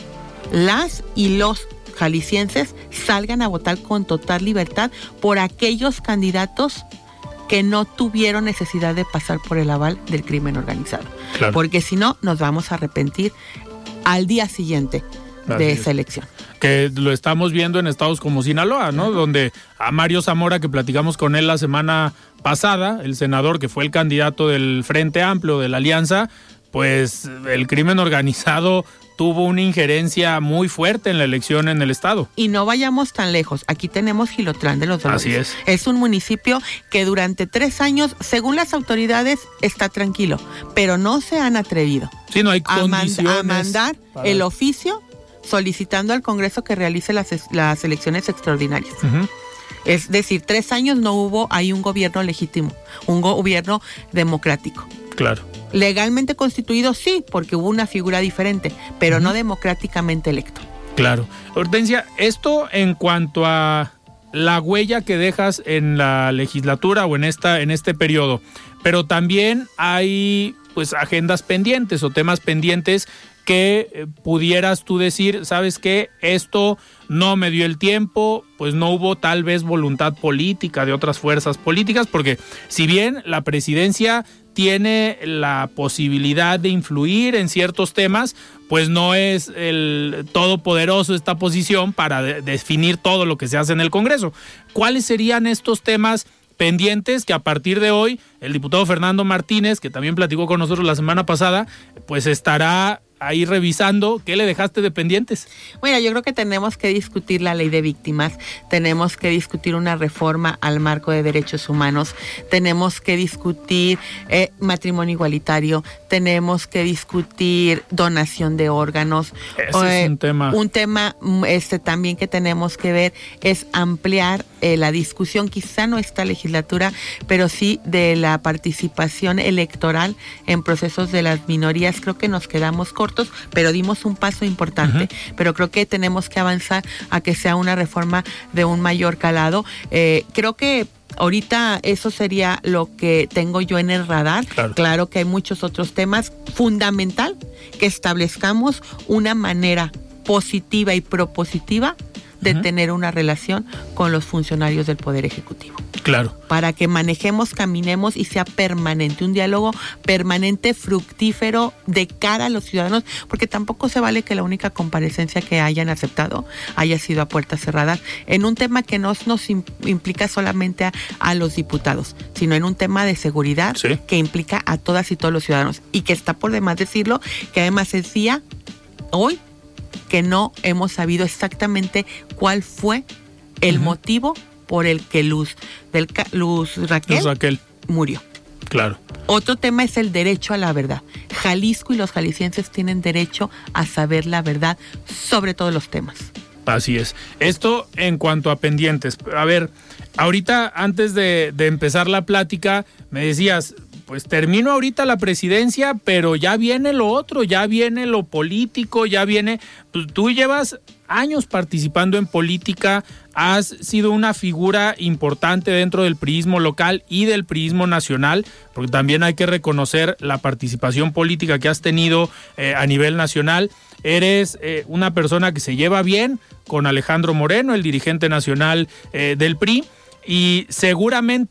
las y los jaliscienses salgan a votar con total libertad por aquellos candidatos que no tuvieron necesidad de pasar por el aval del crimen organizado. Claro. Porque si no, nos vamos a arrepentir al día siguiente de Así esa es. elección. Que lo estamos viendo en estados como Sinaloa, ¿no? Uh-huh. Donde a Mario Zamora, que platicamos con él la semana pasada, el senador que fue el candidato del Frente Amplio, de la Alianza, pues el crimen organizado tuvo una injerencia muy fuerte en la elección en el estado. Y no vayamos tan lejos, aquí tenemos Gilotlán de los Dolores. Así es. Es un municipio que durante tres años, según las autoridades, está tranquilo, pero no se han atrevido sí, no hay a, condiciones man- a mandar para... el oficio solicitando al Congreso que realice las, las elecciones extraordinarias. Uh-huh. Es decir, tres años no hubo ahí un gobierno legítimo, un gobierno democrático. Claro. Legalmente constituido sí, porque hubo una figura diferente, pero uh-huh. no democráticamente electo. Claro. Hortensia, esto en cuanto a la huella que dejas en la legislatura o en esta en este periodo, pero también hay pues agendas pendientes o temas pendientes que eh, pudieras tú decir, ¿sabes qué? Esto no me dio el tiempo, pues no hubo tal vez voluntad política de otras fuerzas políticas, porque si bien la presidencia tiene la posibilidad de influir en ciertos temas, pues no es el todopoderoso esta posición para de- definir todo lo que se hace en el Congreso. ¿Cuáles serían estos temas pendientes que a partir de hoy el diputado Fernando Martínez, que también platicó con nosotros la semana pasada, pues estará ahí revisando? ¿Qué le dejaste de pendientes? Bueno, yo creo que tenemos que discutir la ley de víctimas, tenemos que discutir una reforma al marco de derechos humanos, tenemos que discutir eh, matrimonio igualitario, tenemos que discutir donación de órganos. Ese eh, es un tema. Un tema este, también que tenemos que ver es ampliar eh, la discusión, quizá no esta legislatura, pero sí de la participación electoral en procesos de las minorías. Creo que nos quedamos cortos, pero dimos un paso importante, uh-huh. pero creo que tenemos que avanzar a que sea una reforma de un mayor calado. Eh, creo que ahorita eso sería lo que tengo yo en el radar. Claro. Claro que hay muchos otros temas. Fundamental que establezcamos una manera positiva y propositiva de uh-huh. tener una relación con los funcionarios del Poder Ejecutivo. Claro. Para que manejemos, caminemos y sea permanente, un diálogo permanente, fructífero de cara a los ciudadanos, porque tampoco se vale que la única comparecencia que hayan aceptado haya sido a puertas cerradas en un tema que no nos implica solamente a, a los diputados, sino en un tema de seguridad sí. que implica a todas y todos los ciudadanos, y que está por demás decirlo, que además es día hoy que no hemos sabido exactamente cuál fue el uh-huh. motivo por el que Luz, del, Luz Raquel, Luz Raquel murió. Claro. Otro tema es el derecho a la verdad. Jalisco y los jaliscienses tienen derecho a saber la verdad sobre todos los temas. Así es. Esto en cuanto a pendientes. A ver, ahorita antes de, de empezar la plática me decías, pues termino ahorita la presidencia, pero ya viene lo otro, ya viene lo político, ya viene... Pues tú llevas años participando en política, has sido una figura importante dentro del priismo local y del priismo nacional, porque también hay que reconocer la participación política que has tenido eh, a nivel nacional. Eres eh, una persona que se lleva bien con Alejandro Moreno, el dirigente nacional eh, del P R I, y seguramente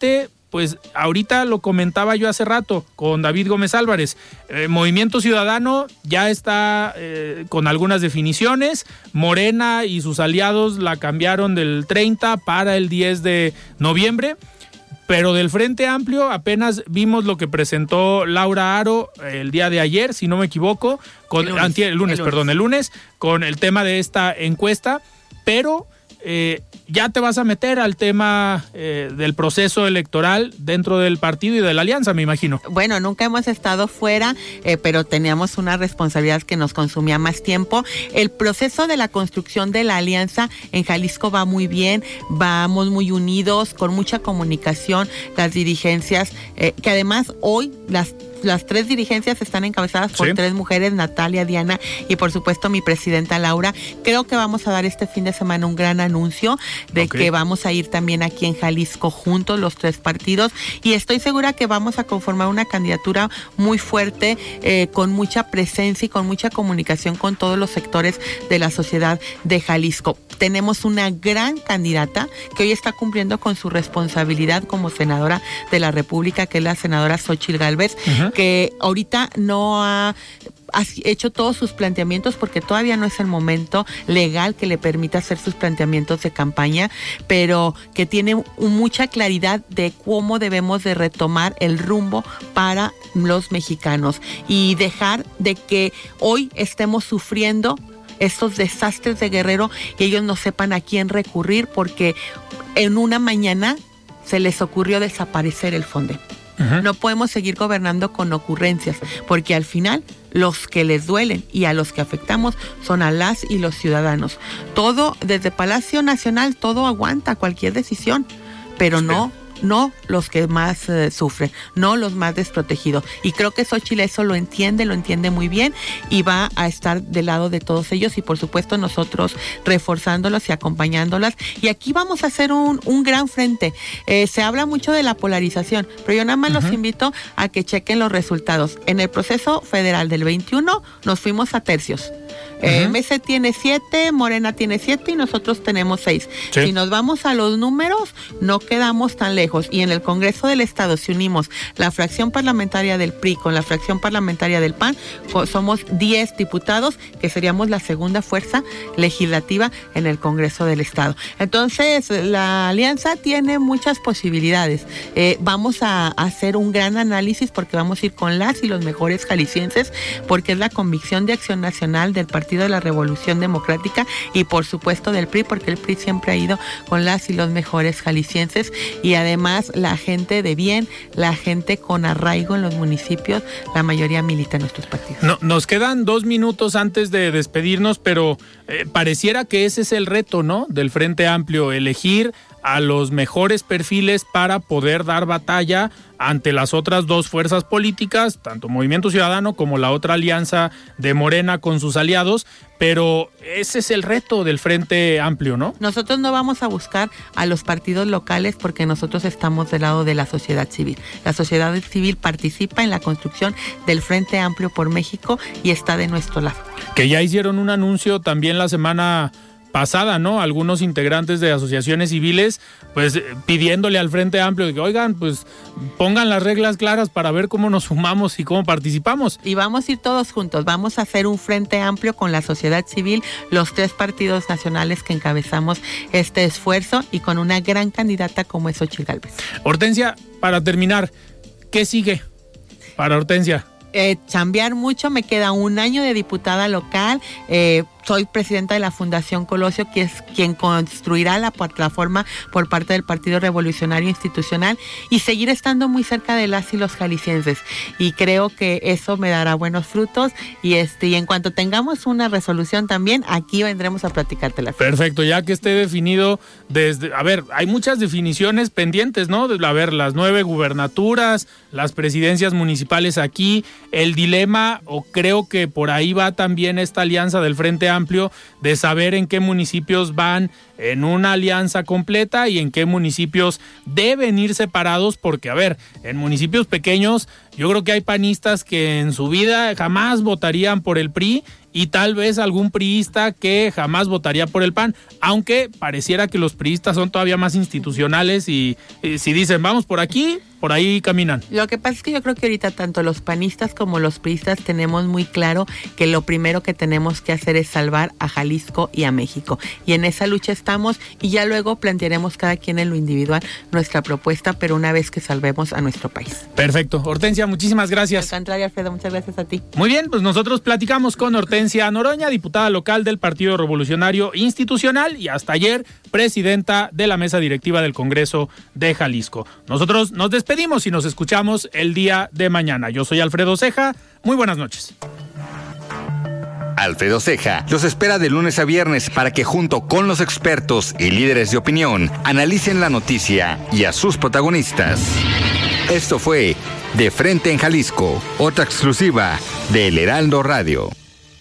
pues ahorita lo comentaba yo hace rato con David Gómez Álvarez, eh, Movimiento Ciudadano ya está eh, con algunas definiciones, Morena y sus aliados la cambiaron del treinta para el diez de noviembre, pero del Frente Amplio apenas vimos lo que presentó Laura Aro el día de ayer, si no me equivoco, con el lunes, anti, el lunes, el lunes. perdón, el lunes, con el tema de esta encuesta, pero eh, ya te vas a meter al tema eh, del proceso electoral dentro del partido y de la alianza, me imagino. Bueno, nunca hemos estado fuera, eh, pero teníamos una responsabilidad que nos consumía más tiempo. El proceso de la construcción de la alianza en Jalisco va muy bien, vamos muy unidos, con mucha comunicación, las dirigencias, eh, que además hoy las Las tres dirigencias están encabezadas por sí. tres mujeres, Natalia, Diana y por supuesto mi presidenta Laura. Creo que vamos a dar este fin de semana un gran anuncio de okay. que vamos a ir también aquí en Jalisco juntos los tres partidos y estoy segura que vamos a conformar una candidatura muy fuerte, eh, con mucha presencia y con mucha comunicación con todos los sectores de la sociedad de Jalisco. Tenemos una gran candidata que hoy está cumpliendo con su responsabilidad como senadora de la República, que es la senadora Xóchitl Gálvez, uh-huh. que ahorita no ha ha hecho todos sus planteamientos porque todavía no es el momento legal que le permita hacer sus planteamientos de campaña, pero que tiene mucha claridad de cómo debemos de retomar el rumbo para los mexicanos y dejar de que hoy estemos sufriendo estos desastres de Guerrero y ellos no sepan a quién recurrir porque en una mañana se les ocurrió desaparecer el Fonden. Uh-huh. No podemos seguir gobernando con ocurrencias, porque al final los que les duelen y a los que afectamos son a las y los ciudadanos. Todo, desde Palacio Nacional, todo aguanta cualquier decisión, pero sí. no no los que más eh, sufren, no los más desprotegidos. Y creo que Xóchitl eso lo entiende, lo entiende muy bien y va a estar del lado de todos ellos y por supuesto nosotros reforzándolos y acompañándolas. Y aquí vamos a hacer un, un gran frente. Eh, se habla mucho de la polarización, pero yo nada más uh-huh. los invito a que chequen los resultados. En el proceso federal del veintiuno nos fuimos a tercios. Eh, uh-huh. M C tiene siete, Morena tiene siete y nosotros tenemos seis. Sí. Si nos vamos a los números, no quedamos tan lejos. Y en el Congreso del Estado, si unimos la fracción parlamentaria del P R I con la fracción parlamentaria del P A N, somos diez diputados, que seríamos la segunda fuerza legislativa en el Congreso del Estado. Entonces, la alianza tiene muchas posibilidades. Eh, vamos a hacer un gran análisis porque vamos a ir con las y los mejores jaliscienses, porque es la convicción de Acción Nacional del Partido de la Revolución Democrática y por supuesto del P R I, porque el P R I siempre ha ido con las y los mejores jaliscienses y además la gente de bien, la gente con arraigo en los municipios, la mayoría milita en nuestros partidos. No, nos quedan dos minutos antes de despedirnos, pero eh, pareciera que ese es el reto, ¿no? Del Frente Amplio, elegir a los mejores perfiles para poder dar batalla ante las otras dos fuerzas políticas, tanto Movimiento Ciudadano como la otra alianza de Morena con sus aliados, pero ese es el reto del Frente Amplio, ¿no? Nosotros no vamos a buscar a los partidos locales porque nosotros estamos del lado de la sociedad civil. La sociedad civil participa en la construcción del Frente Amplio por México y está de nuestro lado. Que ya hicieron un anuncio también la semana pasada, ¿no? Algunos integrantes de asociaciones civiles, pues pidiéndole al Frente Amplio de que, oigan, pues pongan las reglas claras para ver cómo nos sumamos y cómo participamos. Y vamos a ir todos juntos, vamos a hacer un Frente Amplio con la sociedad civil, los tres partidos nacionales que encabezamos este esfuerzo y con una gran candidata como es Xóchitl Gálvez. Hortensia, para terminar, ¿qué sigue para Hortensia? Eh, chambear mucho, me queda un año de diputada local, eh, soy presidenta de la Fundación Colosio, que es quien construirá la plataforma por parte del Partido Revolucionario Institucional y seguir estando muy cerca de las y los jaliscienses. Y creo que eso me dará buenos frutos y este y en cuanto tengamos una resolución también, aquí vendremos a platicártela. Perfecto, ya que esté definido desde... A ver, hay muchas definiciones pendientes, ¿no? A ver, las nueve gubernaturas, las presidencias municipales aquí, el dilema, o creo que por ahí va también esta alianza del Frente Amplio, de saber en qué municipios van en una alianza completa y en qué municipios deben ir separados, porque a ver, en municipios pequeños yo creo que hay panistas que en su vida jamás votarían por el P R I y tal vez algún priista que jamás votaría por el P A N, aunque pareciera que los priistas son todavía más institucionales y, y si dicen vamos por aquí, por ahí caminan. Lo que pasa es que yo creo que ahorita tanto los panistas como los priistas tenemos muy claro que lo primero que tenemos que hacer es salvar a Jalisco y a México. Y en esa lucha estamos y ya luego plantearemos cada quien en lo individual nuestra propuesta, pero una vez que salvemos a nuestro país. Perfecto. Hortensia, muchísimas gracias. Al contrario, Alfredo, muchas gracias a ti. Muy bien, pues nosotros platicamos con Hortensia Noroña, diputada local del Partido Revolucionario Institucional y hasta ayer presidenta de la mesa directiva del Congreso de Jalisco. Nosotros nos despedimos. Pedimos y nos escuchamos el día de mañana. Yo soy Alfredo Ceja. Muy buenas noches. Alfredo Ceja los espera de lunes a viernes para que junto con los expertos y líderes de opinión analicen la noticia y a sus protagonistas. Esto fue De Frente en Jalisco, otra exclusiva de El Heraldo Radio.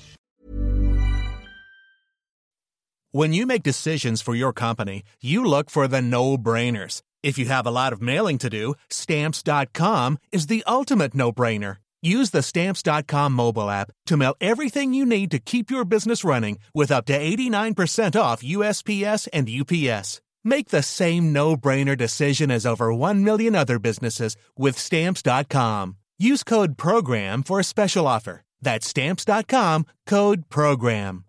When you make decisions for your company, you look for the no-brainers. If you have a lot of mailing to do, Stamps dot com is the ultimate no-brainer. Use the Stamps dot com mobile app to mail everything you need to keep your business running with up to eighty-nine percent off U S P S and U P S. Make the same no-brainer decision as over one million other businesses with Stamps dot com. Use code PROGRAM for a special offer. That's Stamps dot com, code PROGRAM.